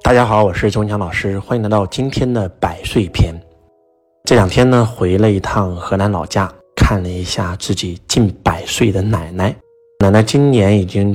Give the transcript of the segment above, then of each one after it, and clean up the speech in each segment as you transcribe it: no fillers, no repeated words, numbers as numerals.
大家好，我是周文强老师，欢迎来到今天的百岁篇。这两天呢，回了一趟河南老家，看了一下自己近100岁的奶奶。奶奶今年已经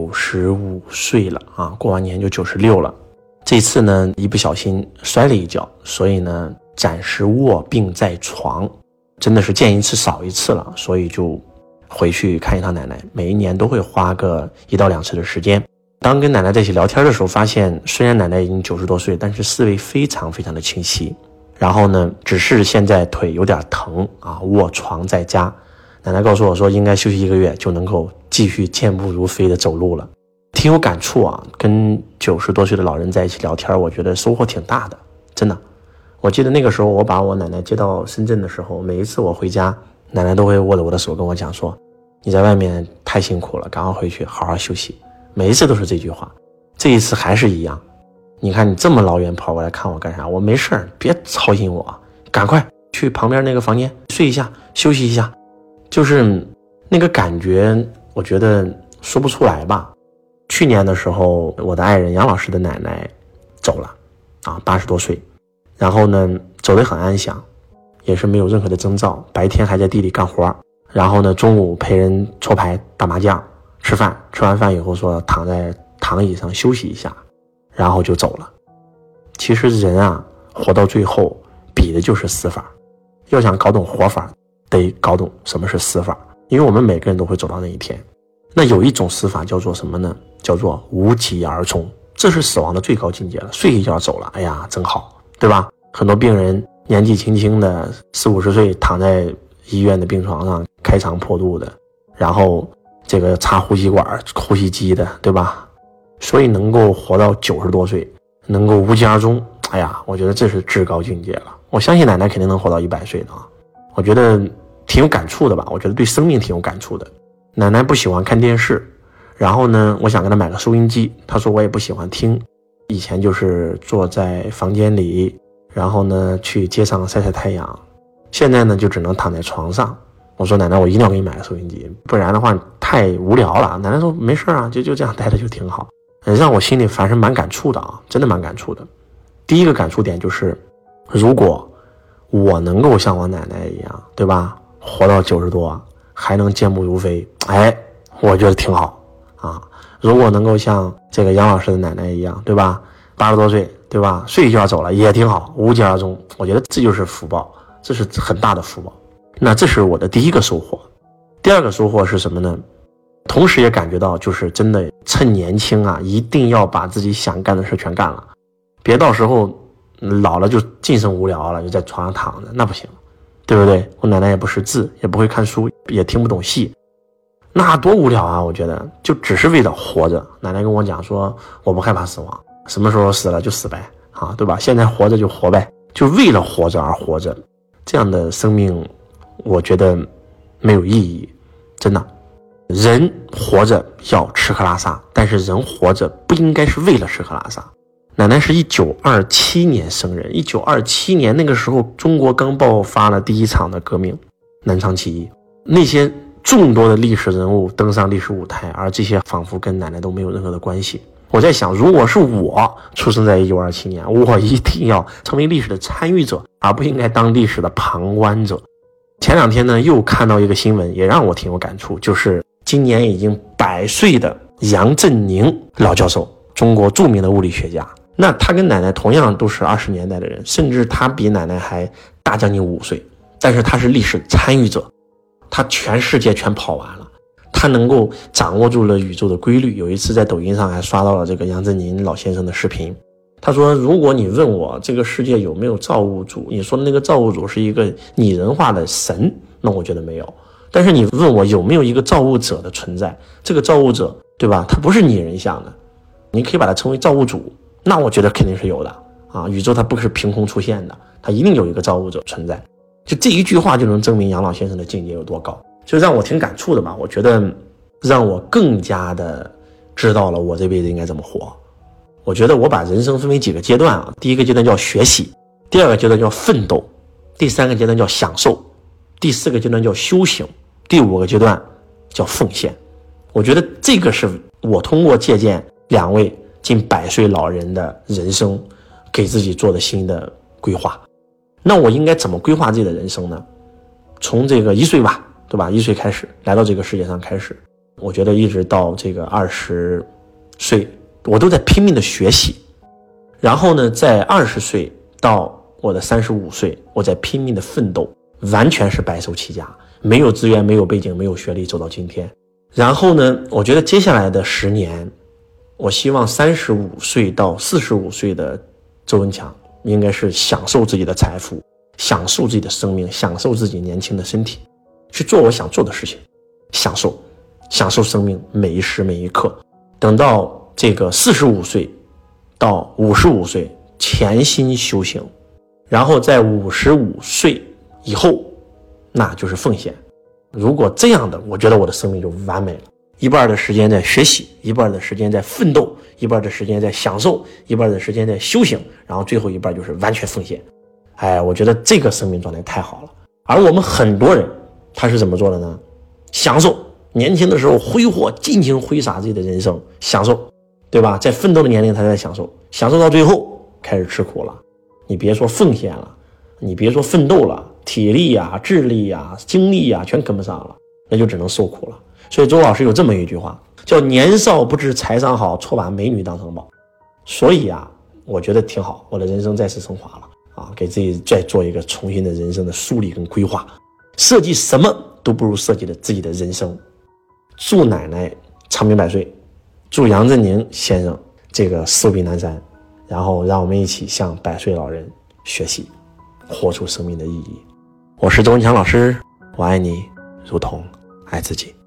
95岁了啊，过完年就96了。这次呢，一不小心摔了一跤，所以呢，暂时卧病在床，真的是见一次少一次了，所以就回去看一趟奶奶。每一年都会花个1到2次的时间。当跟奶奶在一起聊天的时候，发现虽然奶奶已经90多岁，但是思维非常的清晰。然后呢，只是现在腿有点疼啊，卧床在家。奶奶告诉我说，应该休息1个月就能够继续健步如飞的走路了，挺有感触啊。跟90多岁的老人在一起聊天，我觉得收获挺大的，真的。我记得那个时候我把我奶奶接到深圳的时候，每一次我回家，奶奶都会握着我的手跟我讲说，你在外面太辛苦了，赶快回去好好休息。每一次都是这句话，这一次还是一样。你看你这么老远跑过来看我干啥？我没事儿，别操心我，赶快去旁边那个房间睡一下，休息一下。就是那个感觉，我觉得说不出来吧。去年的时候，我的爱人杨老师的奶奶走了啊，80多岁，然后呢走得很安详，也是没有任何的征兆，白天还在地里干活，然后呢中午陪人搓牌打麻将吃饭，吃完饭以后说躺在躺椅上休息一下，然后就走了。其实人啊，活到最后比的就是死法。要想搞懂活法，得搞懂什么是死法，因为我们每个人都会走到那一天。那有一种死法叫做什么呢？叫做无疾而终，这是死亡的最高境界了。睡一觉走了，哎呀真好，对吧？很多病人年纪轻轻的40、50岁躺在医院的病床上开肠破肚的，然后这个插呼吸管呼吸机的，对吧？所以能够活到90多岁，能够无疾而终，哎呀，我觉得这是至高境界了。我相信奶奶肯定能活到100岁的啊，我觉得挺有感触的吧，我觉得对生命挺有感触的。奶奶不喜欢看电视，然后呢我想给她买个收音机，她说我也不喜欢听。以前就是坐在房间里，然后呢去街上晒晒太阳，现在呢就只能躺在床上。我说奶奶，我一定要给你买个收音机，不然的话太无聊了。奶奶说没事啊，就这样待着就挺好。让我心里反正蛮感触的啊，真的蛮感触的。第一个感触点就是，如果我能够像我奶奶一样，对吧，活到90多还能健步如飞，哎，我觉得挺好啊。如果能够像这个杨老师的奶奶一样，对吧，80多岁，对吧，睡一觉走了也挺好，无疾而终，我觉得这就是福报，这是很大的福报。那这是我的第一个收获。第二个收获是什么呢？同时也感觉到，就是真的趁年轻啊，一定要把自己想干的事全干了，别到时候老了就尽生无聊了，就在床上躺着，那不行，对不对？我奶奶也不识字，也不会看书，也听不懂戏，那多无聊啊！我觉得就只是为了活着。奶奶跟我讲说，我不害怕死亡，什么时候死了就死呗，啊，对吧？现在活着就活呗，就为了活着而活着，这样的生命我觉得没有意义，真的。人活着要吃喝拉撒，但是人活着不应该是为了吃喝拉撒。奶奶是1927年生人，1927年那个时候中国刚爆发了第一场的革命，南昌起义，那些众多的历史人物登上历史舞台，而这些仿佛跟奶奶都没有任何的关系。我在想，如果是我出生在1927年，我一定要成为历史的参与者，而不应该当历史的旁观者。前两天呢，又看到一个新闻，也让我挺有感触，就是今年已经100岁的杨振宁老教授，中国著名的物理学家。那他跟奶奶同样都是20年代的人，甚至他比奶奶还大将近5岁，但是他是历史参与者，他全世界全跑完了，他能够掌握住了宇宙的规律。有一次在抖音上还刷到了这个杨振宁老先生的视频，他说，如果你问我这个世界有没有造物主，你说的那个造物主是一个拟人化的神，那我觉得没有。但是你问我有没有一个造物者的存在，这个造物者，对吧，他不是拟人像的，你可以把它称为造物主，那我觉得肯定是有的啊。宇宙它不是凭空出现的，它一定有一个造物者存在。就这一句话就能证明杨老先生的境界有多高，就让我挺感触的吧。我觉得让我更加的知道了我这辈子应该怎么活。我觉得我把人生分为几个阶段啊，第一个阶段叫学习，第二个阶段叫奋斗，第三个阶段叫享受，第四个阶段叫修行，第5个阶段叫奉献。我觉得这个是我通过借鉴2位近100岁老人的人生，给自己做的新的规划。那我应该怎么规划自己的人生呢？从这个1岁吧，对吧？1岁开始来到这个世界上开始，我觉得一直到这个20岁，我都在拼命的学习。然后呢，在20岁到我的35岁，我在拼命的奋斗，完全是白手起家，没有资源，没有背景，没有学历，走到今天。然后呢，我觉得接下来的10年，我希望35岁到45岁的周文强应该是享受自己的财富，享受自己的生命，享受自己年轻的身体，去做我想做的事情，享受生命每一时每一刻。等到这个45岁到55岁潜心修行，然后在55岁以后，那就是奉献。如果这样的，我觉得我的生命就完美了。一半的时间在学习，一半的时间在奋斗，一半的时间在享受，一半的时间在修行，然后最后一半就是完全奉献。我觉得这个生命状态太好了。而我们很多人他是怎么做的呢？享受，年轻的时候挥霍，尽情挥洒自己的人生，享受，对吧？在奋斗的年龄他在享受，享受到最后开始吃苦了。你别说奉献了，你别说奋斗了，体力啊、智力啊、精力啊全跟不上了，那就只能受苦了。所以周老师有这么一句话，叫年少不知财商好，错把美女当成宝。所以我觉得挺好，我的人生再次升华了给自己再做一个重新的人生的梳理跟规划。设计什么都不如设计了自己的人生。祝奶奶长命百岁，祝杨振宁先生这个寿比南山，然后让我们一起向100岁老人学习，活出生命的意义。我是周文强老师，我爱你如同爱自己。